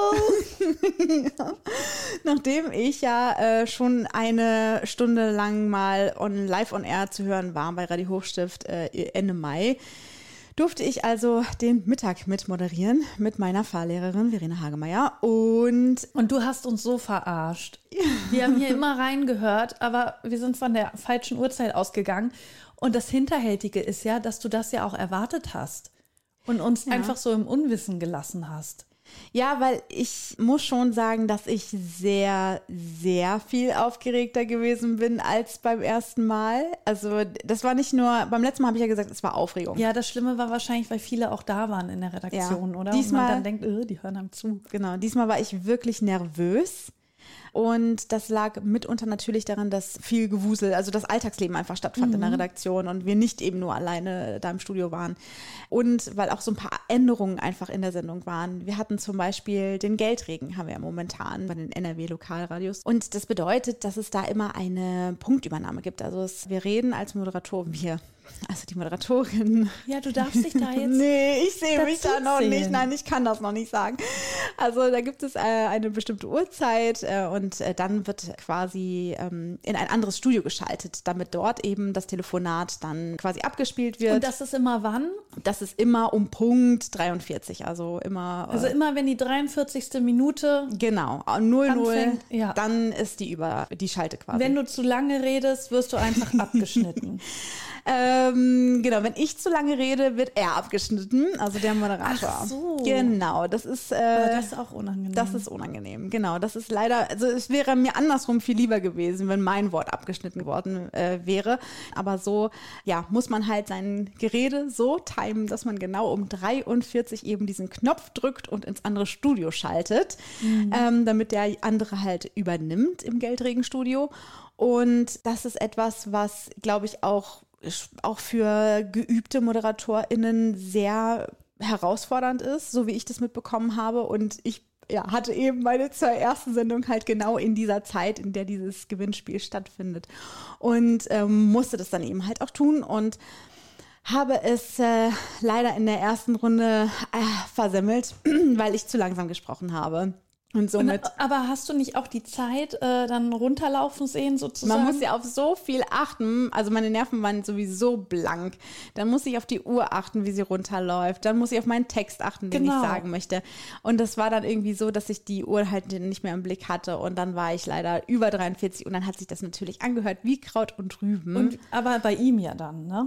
ja, nachdem ich ja äh, schon eine Stunde lang mal on, live on air zu hören war bei Radio Hochstift äh, Ende Mai, durfte ich also den Mittag mit moderieren mit meiner Fahrlehrerin Verena Hagemeyer. Und Und du hast uns so verarscht. Wir haben hier immer reingehört, aber wir sind von der falschen Uhrzeit ausgegangen. Und das Hinterhältige ist ja, dass du das ja auch erwartet hast und uns Ja. einfach so im Unwissen gelassen hast. ja, weil ich muss schon sagen, dass ich sehr, sehr viel aufgeregter gewesen bin als beim ersten Mal. Also das war nicht nur, beim letzten Mal habe ich ja gesagt, es war Aufregung. Ja, das Schlimme war wahrscheinlich, weil viele auch da waren in der Redaktion, Ja. oder? Diesmal- und man dann denkt, äh, die hören einem zu. Genau, diesmal war ich wirklich nervös. Und das lag mitunter natürlich daran, dass viel Gewusel, also das Alltagsleben einfach stattfand Mhm. in der Redaktion und wir nicht eben nur alleine da im Studio waren. Und weil auch so ein paar Änderungen einfach in der Sendung waren. Wir hatten zum Beispiel den Geldregen, haben wir ja momentan bei den N R W-Lokalradios. Und das bedeutet, dass es da immer eine Punktübernahme gibt. Also es, wir reden als Moderator, wir, also die Moderatorin. Ja, du darfst dich da jetzt... Nee, ich sehe mich da noch dazuzählen. nicht. Nein, ich kann das noch nicht sagen. Also da gibt es äh, eine bestimmte Uhrzeit äh, und äh, dann wird quasi ähm, in ein anderes Studio geschaltet, damit dort eben das Telefonat dann quasi abgespielt wird. Und das ist immer wann? das ist immer um Punkt dreiundvierzig, also immer. Also äh, immer, wenn die dreiundvierzigste Minute, genau, null null, anfängt, ja. dann ist die über die Schalte quasi. wenn du zu lange redest, wirst du einfach abgeschnitten. Ähm, genau, wenn ich zu lange rede, wird er abgeschnitten, also der Moderator. Ach so. Genau, das ist, äh, Aber das ist auch unangenehm. das ist unangenehm. Genau, das ist leider, also es wäre mir andersrum viel lieber gewesen, wenn mein Wort abgeschnitten worden äh, wäre. Aber so, ja, muss man halt sein Gerede so timen, dass man genau um dreiundvierzig eben diesen Knopf drückt und ins andere Studio schaltet, Mhm. ähm, damit der andere halt übernimmt im Geldregenstudio. Und das ist etwas, was, glaube ich, auch auch für geübte ModeratorInnen sehr herausfordernd ist, so wie ich das mitbekommen habe. Und ich ja, hatte eben meine zwei ersten Sendungen halt genau in dieser Zeit, in der dieses Gewinnspiel stattfindet. Und ähm, musste das dann eben halt auch tun und habe es äh, leider in der ersten Runde äh, versemmelt, weil ich zu langsam gesprochen habe. Und somit... Und, aber hast du nicht auch die Zeit äh, dann runterlaufen sehen sozusagen? Man muss ja auf so viel achten. Also meine Nerven waren sowieso blank. Dann muss ich auf die Uhr achten, wie sie runterläuft. Dann muss ich auf meinen Text achten, den Genau. ich sagen möchte. Und das war dann irgendwie so, dass ich die Uhr halt nicht mehr im Blick hatte. Und dann war ich leider über dreiundvierzig. Und dann hat sich das natürlich angehört wie Kraut und Rüben. Und, aber bei ihm ja dann, ne?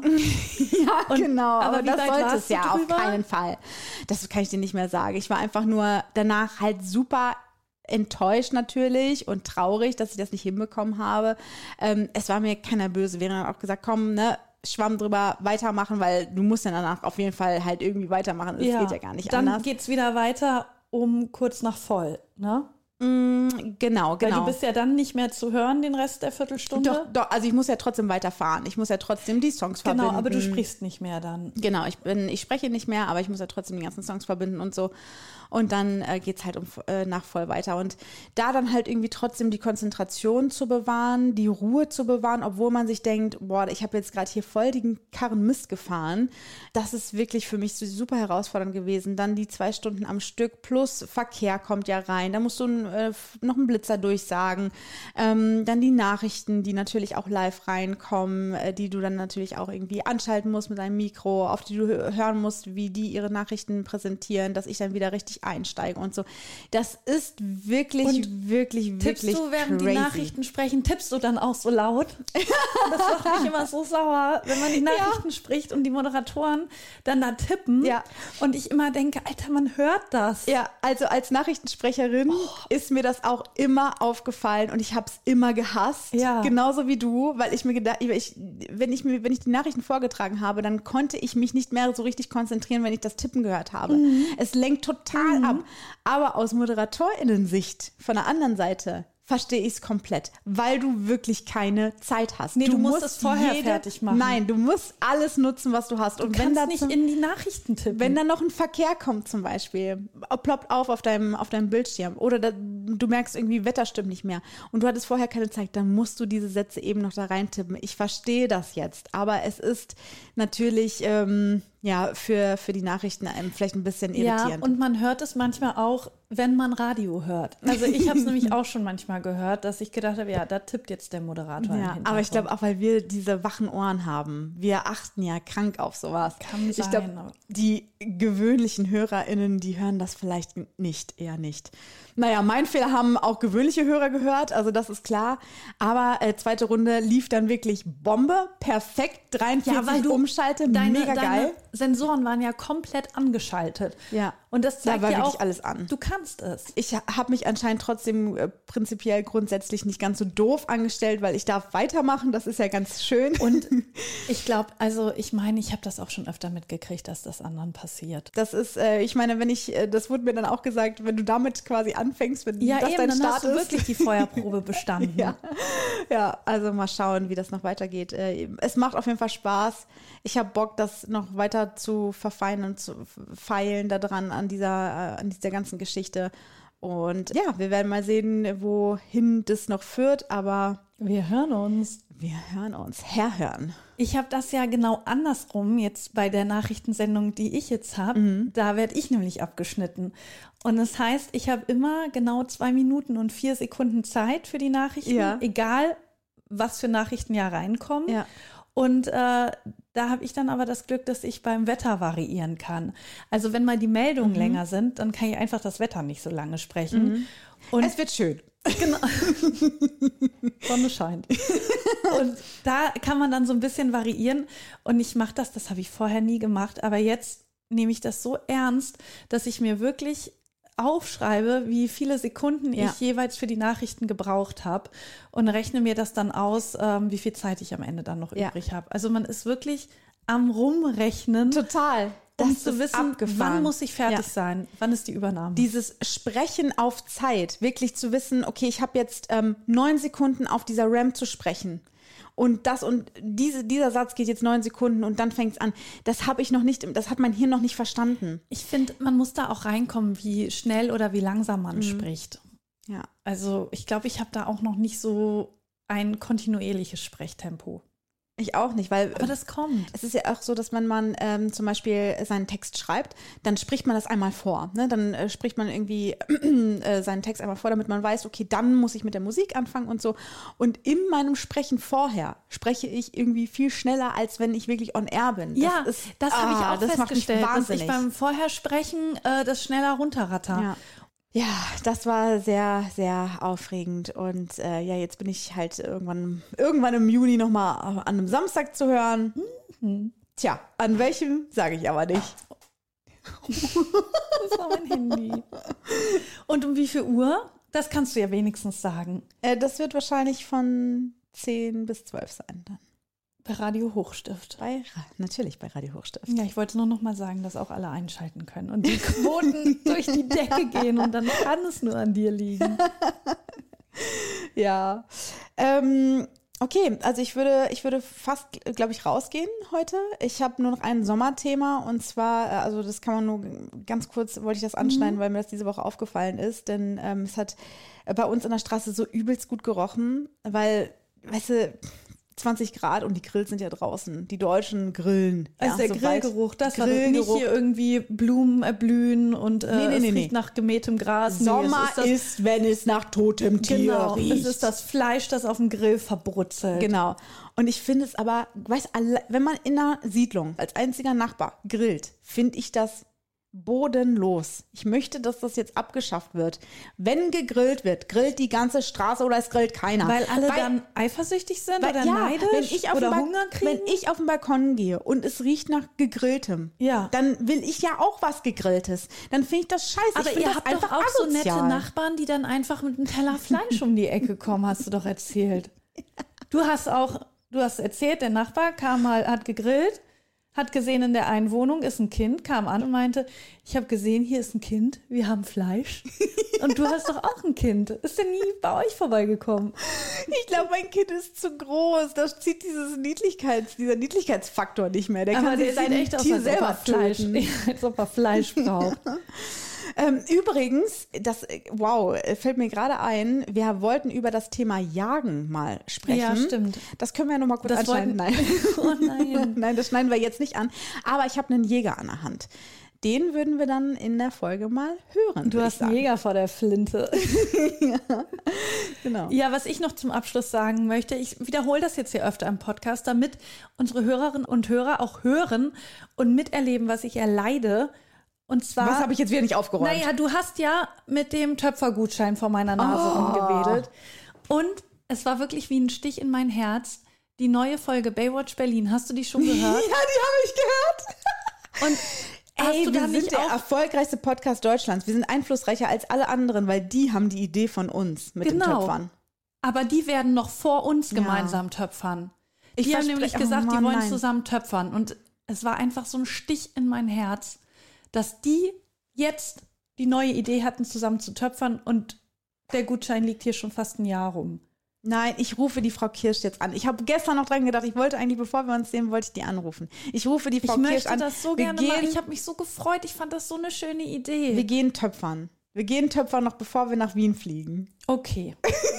ja, und- genau. aber Aber, wie das weit sollte warst es du ja auf drüber? keinen Fall. Das kann ich dir nicht mehr sagen. Ich war einfach nur danach halt super enttäuscht natürlich und traurig, dass ich das nicht hinbekommen habe. Ähm, es war mir keiner böse. Wir haben auch gesagt, komm, ne, Schwamm drüber, weitermachen, weil du musst ja danach auf jeden Fall halt irgendwie weitermachen. Das geht ja gar nicht dann anders. geht's wieder weiter um kurz nach voll, ne? Mm, genau, Weil genau. du bist ja dann nicht mehr zu hören den Rest der Viertelstunde. doch, doch, also ich muss ja trotzdem weiterfahren. Ich muss ja trotzdem die Songs genau, verbinden. aber du sprichst nicht mehr dann. Genau, ich bin, ich spreche nicht mehr, aber ich muss ja trotzdem die ganzen Songs verbinden und so. Und dann äh, geht es halt um, äh, nach voll weiter. Und da dann halt irgendwie trotzdem die Konzentration zu bewahren, die Ruhe zu bewahren, obwohl man sich denkt, boah, ich habe jetzt gerade hier voll den Karren Mist gefahren. Das ist wirklich für mich so super herausfordernd gewesen. Dann die zwei Stunden am Stück plus Verkehr kommt ja rein. Da musst du äh, noch einen Blitzer durchsagen. Ähm, dann die Nachrichten, die natürlich auch live reinkommen, äh, die du dann natürlich auch irgendwie anschalten musst mit deinem Mikro, auf die du hören musst, wie die ihre Nachrichten präsentieren, dass ich dann wieder richtig einsteige und so. Das ist wirklich, Und wirklich, Tippst wirklich du, während crazy. die Nachrichten sprechen, tippst du dann auch so laut? Das macht mich immer so sauer, wenn man die Nachrichten spricht und die Moderatoren dann da tippen. Ja. Und ich immer denke, Alter, man hört das. Ja, also als Nachrichtensprecherin Oh, ist mir das auch immer aufgefallen und ich habe es immer gehasst. Ja. Genauso wie du, weil ich mir gedacht, ich, wenn ich mir, wenn ich die Nachrichten vorgetragen habe, dann konnte ich mich nicht mehr so richtig konzentrieren, wenn ich das Tippen gehört habe. Mhm. Es lenkt total mhm. ab. Aber aus ModeratorInnen-Sicht von der anderen Seite verstehe ich es komplett, weil du wirklich keine Zeit hast. Nee, du, du musst es vorher jede, fertig machen. Nein, du musst alles nutzen, was du hast. Du und kannst wenn da nicht zum, in die Nachrichten tippen. Wenn dann noch ein Verkehr kommt zum Beispiel, ploppt auf auf deinem, auf deinem Bildschirm oder da, du merkst irgendwie, Wetter stimmt nicht mehr und du hattest vorher keine Zeit, dann musst du diese Sätze eben noch da reintippen. Ich verstehe das jetzt, aber es ist natürlich ähm, ja, für, für die Nachrichten einem vielleicht ein bisschen irritierend. Ja, und man hört es manchmal auch, wenn man Radio hört. Also ich habe es nämlich auch schon manchmal gehört, dass ich gedacht habe, ja, da tippt jetzt der Moderator. Ja, aber ich glaube auch, weil wir diese wachen Ohren haben. Wir achten ja krank auf sowas. Kann ich sein. glaube, die gewöhnlichen HörerInnen, die hören das vielleicht nicht, eher nicht. Naja, mein Fehler haben auch gewöhnliche Hörer gehört, also das ist klar. Aber äh, zweite Runde lief dann wirklich Bombe, perfekt, dreiundvierzig ja, weil du Umschalte, deine, mega deine geil. Sensoren waren ja komplett angeschaltet. Ja. Und das zeigt da war ja wirklich auch, alles an. Du kannst es. Ich habe mich anscheinend trotzdem äh, prinzipiell grundsätzlich nicht ganz so doof angestellt, weil ich darf weitermachen, das ist ja ganz schön. Und ich glaube, also ich meine, ich habe das auch schon öfter mitgekriegt, dass das anderen passiert. Das ist, äh, ich meine, wenn ich, äh, das wurde mir dann auch gesagt, wenn du damit quasi anfängst, wenn ja, das eben, dein dann Start hast du ist. wirklich die Feuerprobe bestanden. ja. ja, also mal schauen, wie das noch weitergeht. Äh, es macht auf jeden Fall Spaß. Ich habe Bock, das noch weiter zu verfeinern und zu feilen daran, an dieser, äh, an dieser ganzen Geschichte. Und ja, wir werden mal sehen, wohin das noch führt, aber wir hören uns. Wir hören uns. Herhören. Ich habe das ja genau andersrum jetzt bei der Nachrichtensendung, die ich jetzt habe. Mhm. Da werde ich nämlich abgeschnitten. Und das heißt, ich habe immer genau zwei Minuten und vier Sekunden Zeit für die Nachrichten, ja. egal was für Nachrichten ja reinkommen. Ja. Und äh, da habe ich dann aber das Glück, dass ich beim Wetter variieren kann. Also wenn mal die Meldungen mhm. länger sind, dann kann ich einfach das Wetter nicht so lange sprechen. Mhm. Und es wird schön. Genau. Sonne scheint. Und da kann man dann so ein bisschen variieren. Und ich mache das, das habe ich vorher nie gemacht, aber jetzt nehme ich das so ernst, dass ich mir wirklich aufschreibe, wie viele Sekunden ja. ich jeweils für die Nachrichten gebraucht habe und rechne mir das dann aus, ähm, wie viel Zeit ich am Ende dann noch ja. übrig habe. Also man ist wirklich am Rumrechnen. Total. Um das zu wissen, abgefahren. Wann muss ich fertig ja. sein? Wann ist die Übernahme? Dieses Sprechen auf Zeit, wirklich zu wissen, okay, ich habe jetzt ähm, neun Sekunden auf dieser RAM zu sprechen. Und das und diese, dieser Satz geht jetzt neun Sekunden und dann fängt es an. Das habe ich noch nicht, das hat mein Hirn noch nicht verstanden. Ich finde, man muss da auch reinkommen, wie schnell oder wie langsam man mhm. spricht. Ja. Also ich glaube, ich habe da auch noch nicht so ein kontinuierliches Sprechtempo. Ich auch nicht, weil aber das kommt. Es ist ja auch so, dass wenn man ähm, zum Beispiel seinen Text schreibt, dann spricht man das einmal vor. Ne? Dann äh, spricht man irgendwie äh, seinen Text einmal vor, damit man weiß, okay, dann muss ich mit der Musik anfangen und so. Und in meinem Sprechen vorher spreche ich irgendwie viel schneller, als wenn ich wirklich on air bin. Das ja, ist, das habe ich ah, auch das festgestellt, macht mich dass ich beim Vorhersprechen äh, das schneller runterratter. Ja. Ja, das war sehr, sehr aufregend und äh, ja, jetzt bin ich halt irgendwann, irgendwann im Juni nochmal an einem Samstag zu hören. Mhm. Tja, an welchem, sage ich aber nicht. Das war mein Handy. Und um wie viel Uhr? Das kannst du ja wenigstens sagen. Äh, das wird wahrscheinlich von zehn bis zwölf sein dann. Bei Radio Hochstift. Bei, natürlich bei Radio Hochstift. Ja, ich wollte nur noch mal sagen, dass auch alle einschalten können und die Quoten durch die Decke gehen und dann kann es nur an dir liegen. Ja. Ähm, okay, also ich würde, ich würde fast, glaube ich, rausgehen heute. Ich habe nur noch ein Sommerthema und zwar, also das kann man nur ganz kurz, wollte ich das anschneiden, mhm. weil mir das diese Woche aufgefallen ist, denn ähm, es hat bei uns in der Straße so übelst gut gerochen, weil, weißt du, zwanzig Grad und die Grills sind ja draußen. Die Deutschen grillen. Also ja, der Grillgeruch, das war nicht hier irgendwie Blumen erblühen und äh, nee, nee, es nee, riecht nee. nach gemähtem Gras. Sommer nee, es ist, das, ist, wenn es nach totem Tier genau, riecht. Es ist das Fleisch, das auf dem Grill verbrutzelt. Genau. Und ich finde es aber, weißt, wenn man in einer Siedlung als einziger Nachbar grillt, finde ich das bodenlos. Ich möchte, dass das jetzt abgeschafft wird. Wenn gegrillt wird, grillt die ganze Straße oder es grillt keiner. Weil alle weil, dann eifersüchtig sind weil, oder ja, neidisch wenn ich auf oder den Hunger kriegen? Wenn ich auf den Balkon gehe und es riecht nach Gegrilltem, Ja. dann will ich ja auch was Gegrilltes. Dann finde ich das scheiße. Aber ich find ihr das habt einfach doch auch asozial. so nette Nachbarn, die dann einfach mit einem Teller Fleisch um die Ecke kommen, hast du doch erzählt. Du hast auch, du hast erzählt, der Nachbar kam mal, hat gegrillt, hat gesehen, in der einen Wohnung ist ein Kind, kam an und meinte, ich habe gesehen, hier ist ein Kind, wir haben Fleisch. Und du hast doch auch ein Kind. Ist der nie bei euch vorbeigekommen? Ich glaube, mein Kind ist zu groß. Da zieht dieses Niedlichkeits, dieser Niedlichkeitsfaktor nicht mehr. Der Aber kann der sich sieht sein echt aus, Tier als ob er selber Fleisch, töten. als ob er Fleisch braucht. Ähm, übrigens, das, wow, fällt mir gerade ein, wir wollten über das Thema Jagen mal sprechen. Ja, stimmt. Das können wir noch mal kurz Das anschneiden. wollten- Nein. Oh nein. Nein, das schneiden wir jetzt nicht an. Aber ich habe einen Jäger an der Hand. Den würden wir dann in der Folge mal hören. Du hast einen Jäger vor der Flinte. Genau. Ja, was ich noch zum Abschluss sagen möchte, ich wiederhole das jetzt hier öfter im Podcast, damit unsere Hörerinnen und Hörer auch hören und miterleben, was ich erleide. Und zwar, Was habe ich jetzt wieder nicht aufgeräumt? naja, du hast ja mit dem Töpfergutschein vor meiner Nase Oh. rumgewedelt. Und es war wirklich wie ein Stich in mein Herz. Die neue Folge Baywatch Berlin, hast du die schon gehört? Ja, die habe ich gehört. Und hast Ey, du wir da sind nicht der auch erfolgreichste Podcast Deutschlands. Wir sind einflussreicher als alle anderen, weil die haben die Idee von uns mit den Genau. Töpfern. Aber die werden noch vor uns Ja. gemeinsam töpfern. Ich Die haben verspre- nämlich oh gesagt, die Mann, wollen nein. zusammen töpfern. Und es war einfach so ein Stich in mein Herz, dass die jetzt die neue Idee hatten, zusammen zu töpfern. Und der Gutschein liegt hier schon fast ein Jahr rum. Nein, ich rufe die Frau Kirsch jetzt an. Ich habe gestern noch dran gedacht, ich wollte eigentlich, bevor wir uns sehen, wollte ich die anrufen. Ich rufe die Frau Ich Kirsch möchte an. das so wir gerne gehen, machen. Ich habe mich so gefreut. Ich fand das so eine schöne Idee. Wir gehen töpfern. Wir gehen töpfern noch, bevor wir nach Wien fliegen. Okay.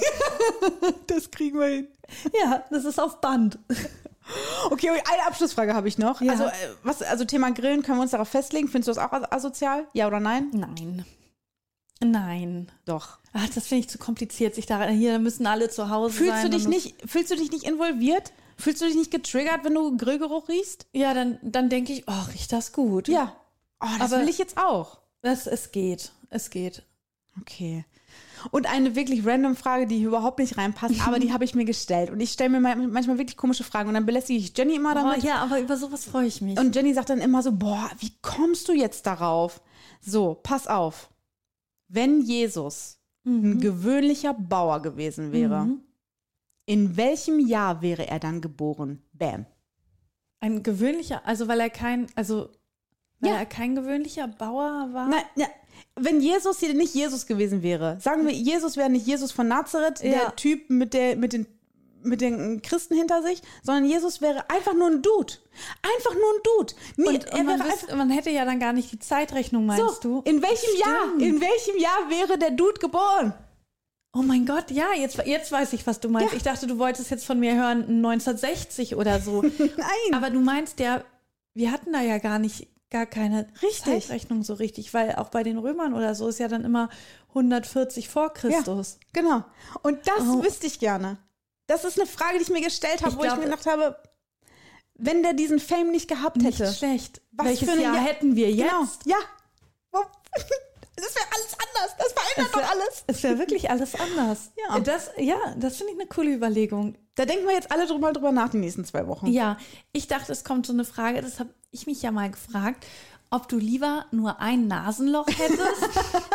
Das kriegen wir hin. Ja, das ist auf Band. Okay, und eine Abschlussfrage habe ich noch. Ja. Also, äh, was, also Thema Grillen, können wir uns darauf festlegen? Findest du das auch as- asozial? Ja oder nein? Nein. Nein. Doch. Ach, das finde ich zu kompliziert. Sich da hier müssen alle zu Hause Fühlst sein. du dich und- nicht, fühlst du dich nicht involviert? Fühlst du dich nicht getriggert, wenn du Grillgeruch riechst? Ja, dann, dann denke ich, oh, riecht das gut. Ja. Oh, das Aber- will ich jetzt auch. Das, es geht. Es geht. Okay. Und eine wirklich random Frage, die hier überhaupt nicht reinpasst, aber die habe ich mir gestellt. Und ich stelle mir mal- manchmal wirklich komische Fragen und dann belästige ich Jenny immer Oh, damit. ja, aber über sowas freue ich mich. Und Jenny sagt dann immer so, boah, wie kommst du jetzt darauf? So, pass auf. Wenn Jesus ein gewöhnlicher Bauer gewesen wäre, Mhm. in welchem Jahr wäre er dann geboren? Bam. Ein gewöhnlicher, also weil er kein, also weil Ja. er kein gewöhnlicher Bauer war. Na, ja, wenn Jesus hier nicht Jesus gewesen wäre, sagen wir, Jesus wäre nicht Jesus von Nazareth, Ja. der Typ mit, der, mit, den, mit den Christen hinter sich, sondern Jesus wäre einfach nur ein Dude. Einfach nur ein Dude. Nie, und, er und man, wäre wüsste, man hätte ja dann gar nicht die Zeitrechnung, meinst so, du? in welchem Jahr, Stimmt. in welchem Jahr wäre der Dude geboren? Oh mein Gott, ja, jetzt, jetzt weiß ich, was du meinst. Ja. Ich dachte, du wolltest jetzt von mir hören neunzehnhundertsechzig oder so. Nein. Aber du meinst ja, wir hatten da ja gar nicht, gar keine Richtig. Zeitrechnung so richtig, weil auch bei den Römern oder so ist ja dann immer hundertvierzig vor Christus. Genau. Und das Oh. wüsste ich gerne. Das ist eine Frage, die ich mir gestellt habe, Ich wo glaub, ich mir gedacht habe, wenn der diesen Fame nicht gehabt Nicht hätte. schlecht. Was Welches für ein Jahr Jahr- hätten wir jetzt? Genau. Ja. Wo- Das wäre alles anders. Das verändert doch alles. Es wäre wirklich alles anders. Ja. Das, ja, das finde ich eine coole Überlegung. Da denken wir jetzt alle drüber, mal drüber nach, die nächsten zwei Wochen. Ja, ich dachte, es kommt so eine Frage, das habe ich mich ja mal gefragt, ob du lieber nur ein Nasenloch hättest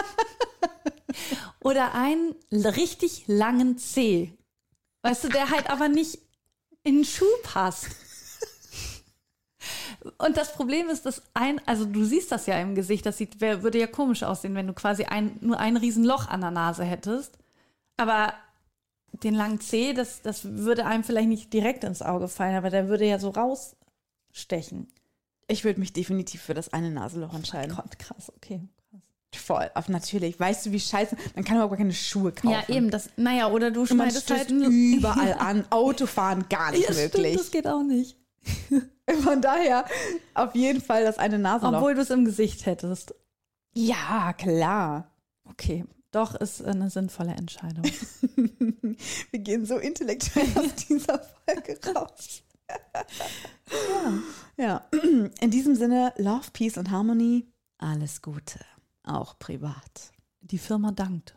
oder einen richtig langen Zeh. Weißt du, der halt aber nicht in den Schuh passt. Und das Problem ist, dass ein, also du siehst das ja im Gesicht, das sieht, wär, würde ja komisch aussehen, wenn du quasi ein, nur ein Riesenloch an der Nase hättest. Aber den langen Zeh, das, das würde einem vielleicht nicht direkt ins Auge fallen, aber der würde ja so rausstechen. Ich würde mich definitiv für das eine Nasenloch entscheiden. Gott, krass, okay. Voll, auf natürlich. Weißt du, wie scheiße, man kann überhaupt gar keine Schuhe kaufen. Ja, eben, das, naja, oder du Und man schneidest stößt halt ein- überall an. Autofahren gar nicht Ja, stimmt, möglich. das geht auch nicht. Von daher auf jeden Fall das eine Nasenloch. Obwohl du es im Gesicht hättest. Ja, klar. Okay, doch ist eine sinnvolle Entscheidung. Wir gehen so intellektuell aus dieser Folge raus. ja. ja. In diesem Sinne, Love, Peace und Harmony. alles Gute, auch privat. Die Firma dankt.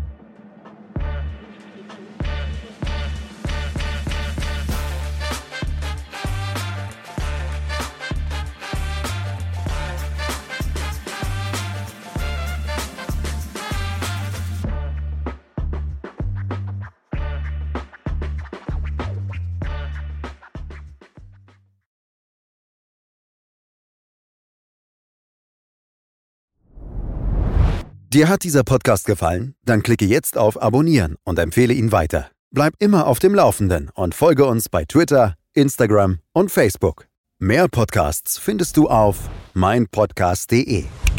Dir hat dieser Podcast gefallen? Dann klicke jetzt auf Abonnieren und empfehle ihn weiter. Bleib immer auf dem Laufenden und folge uns bei Twitter, Instagram und Facebook. Mehr Podcasts findest du auf meinpodcast punkt de.